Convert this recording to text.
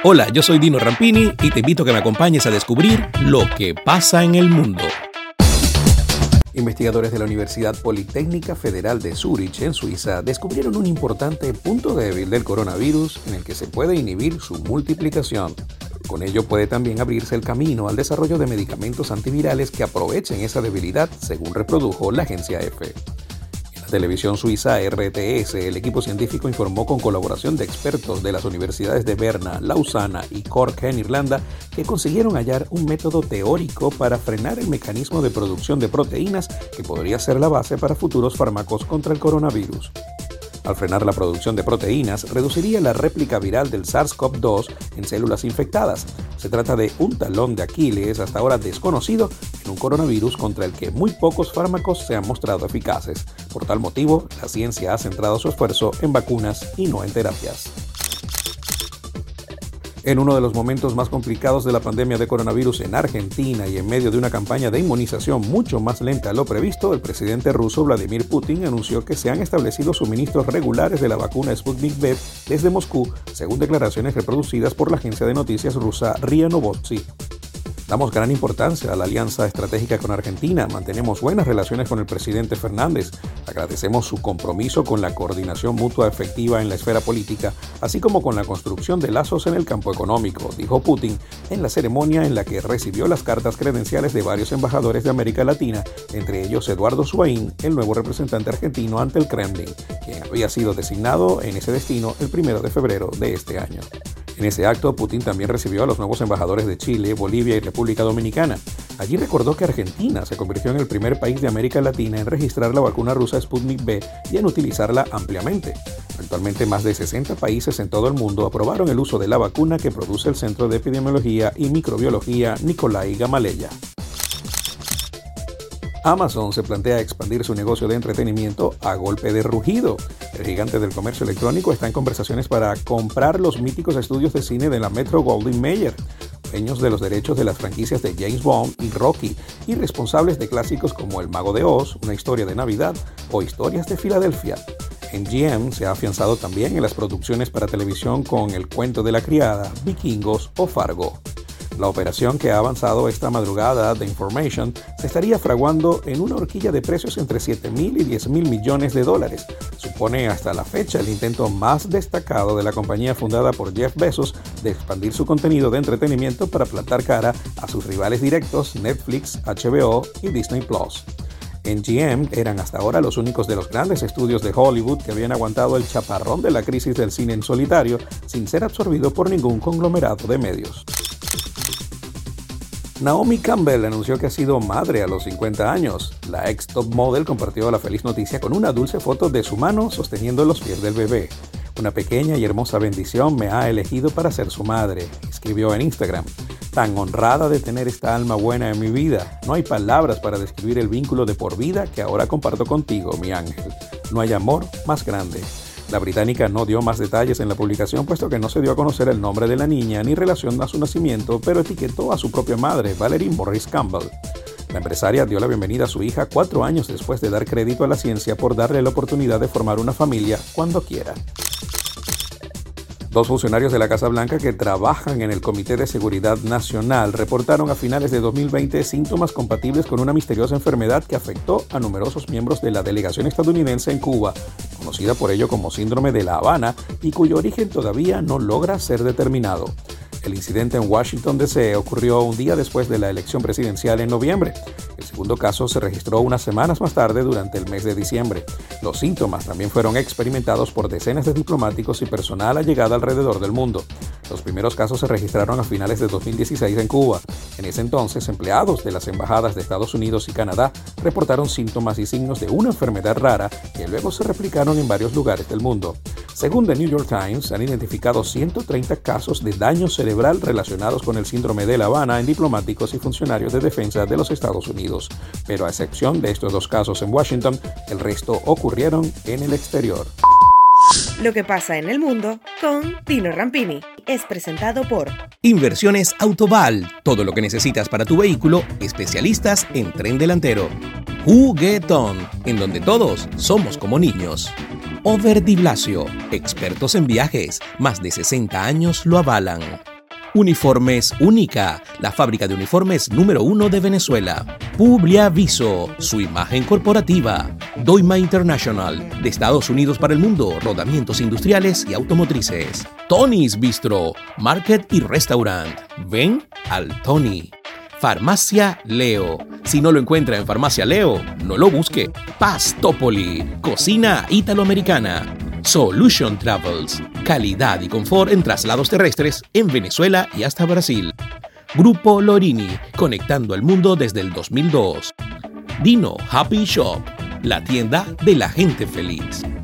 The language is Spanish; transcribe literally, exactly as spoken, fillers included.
Hola, yo soy Dino Rampini y te invito a que me acompañes a descubrir lo que pasa en el mundo. Investigadores de la Universidad Politécnica Federal de Zúrich, en Suiza, descubrieron un importante punto débil del coronavirus en el que se puede inhibir su multiplicación. Con ello puede también abrirse el camino al desarrollo de medicamentos antivirales que aprovechen esa debilidad, según reprodujo la agencia EFE. En la televisión suiza R T S, el equipo científico informó con colaboración de expertos de las universidades de Berna, Lausana y Cork en Irlanda que consiguieron hallar un método teórico para frenar el mecanismo de producción de proteínas que podría ser la base para futuros fármacos contra el coronavirus. Al frenar la producción de proteínas, reduciría la réplica viral del SARS-CoV dos en células infectadas. Se trata de un talón de Aquiles hasta ahora desconocido en un coronavirus contra el que muy pocos fármacos se han mostrado eficaces. Por tal motivo, la ciencia ha centrado su esfuerzo en vacunas y no en terapias. En uno de los momentos más complicados de la pandemia de coronavirus en Argentina y en medio de una campaña de inmunización mucho más lenta de lo previsto, el presidente ruso Vladimir Putin anunció que se han establecido suministros regulares de la vacuna Sputnik V desde Moscú, según declaraciones reproducidas por la agencia de noticias rusa R I A Novosti. Damos gran importancia a la alianza estratégica con Argentina, mantenemos buenas relaciones con el presidente Fernández, agradecemos su compromiso con la coordinación mutua efectiva en la esfera política, así como con la construcción de lazos en el campo económico, dijo Putin en la ceremonia en la que recibió las cartas credenciales de varios embajadores de América Latina, entre ellos Eduardo Swain, el nuevo representante argentino ante el Kremlin, quien había sido designado en ese destino el primero de febrero de este año. En ese acto, Putin también recibió a los nuevos embajadores de Chile, Bolivia y República Dominicana. Allí recordó que Argentina se convirtió en el primer país de América Latina en registrar la vacuna rusa Sputnik V y en utilizarla ampliamente. Actualmente, más de sesenta países en todo el mundo aprobaron el uso de la vacuna que produce el Centro de Epidemiología y Microbiología Nikolai Gamaleya. Amazon se plantea expandir su negocio de entretenimiento a golpe de rugido. El gigante del comercio electrónico está en conversaciones para comprar los míticos estudios de cine de la Metro-Goldwyn-Mayer, dueños de los derechos de las franquicias de James Bond y Rocky, y responsables de clásicos como El Mago de Oz, Una historia de Navidad o Historias de Filadelfia. M G M se ha afianzado también en las producciones para televisión con El cuento de la criada, Vikingos o Fargo. La operación que ha avanzado esta madrugada, The Information, se estaría fraguando en una horquilla de precios entre siete mil y diez mil millones de dólares. Supone hasta la fecha el intento más destacado de la compañía fundada por Jeff Bezos de expandir su contenido de entretenimiento para plantar cara a sus rivales directos Netflix, H B O y Disney Plus. M G M eran hasta ahora los únicos de los grandes estudios de Hollywood que habían aguantado el chaparrón de la crisis del cine en solitario sin ser absorbido por ningún conglomerado de medios. Naomi Campbell anunció que ha sido madre a los cincuenta años. La ex top model compartió la feliz noticia con una dulce foto de su mano sosteniendo los pies del bebé. Una pequeña y hermosa bendición me ha elegido para ser su madre, escribió en Instagram. Tan honrada de tener esta alma buena en mi vida. No hay palabras para describir el vínculo de por vida que ahora comparto contigo, mi ángel. No hay amor más grande. La británica no dio más detalles en la publicación, puesto que no se dio a conocer el nombre de la niña ni relación a su nacimiento, pero etiquetó a su propia madre, Valerie Morris Campbell. La empresaria dio la bienvenida a su hija cuatro años después de dar crédito a la ciencia por darle la oportunidad de formar una familia cuando quiera. Dos funcionarios de la Casa Blanca que trabajan en el Comité de Seguridad Nacional reportaron a finales de dos mil veinte síntomas compatibles con una misteriosa enfermedad que afectó a numerosos miembros de la delegación estadounidense en Cuba, conocida por ello como Síndrome de La Habana y cuyo origen todavía no logra ser determinado. El incidente en Washington, D C ocurrió un día después de la elección presidencial en noviembre. El segundo caso se registró unas semanas más tarde durante el mes de diciembre. Los síntomas también fueron experimentados por decenas de diplomáticos y personal allegada alrededor del mundo. Los primeros casos se registraron a finales de dos mil dieciséis en Cuba. En ese entonces, empleados de las embajadas de Estados Unidos y Canadá reportaron síntomas y signos de una enfermedad rara que luego se replicaron en varios lugares del mundo. Según The New York Times, se han identificado ciento treinta casos de daño cerebral relacionados con el síndrome de La Habana en diplomáticos y funcionarios de defensa de los Estados Unidos. Pero a excepción de estos dos casos en Washington, el resto ocurrieron en el exterior. Lo que pasa en el mundo con Dino Rampini es presentado por Inversiones Autoval, todo lo que necesitas para tu vehículo, especialistas en tren delantero. Juguetón, en donde todos somos como niños. Over Di Blasio, expertos en viajes, más de sesenta años lo avalan. Uniformes Única, la fábrica de uniformes número uno de Venezuela. Publiaviso, su imagen corporativa. Doima International, de Estados Unidos para el mundo, rodamientos industriales y automotrices. Tony's Bistro, market y restaurant. Ven al Tony. Farmacia Leo. Si no lo encuentra en Farmacia Leo, no lo busque. Pastopoli, cocina italoamericana. Solution Travels, calidad y confort en traslados terrestres en Venezuela y hasta Brasil. Grupo Lorini, conectando el mundo desde el dos mil dos. Dino Happy Shop, la tienda de la gente feliz.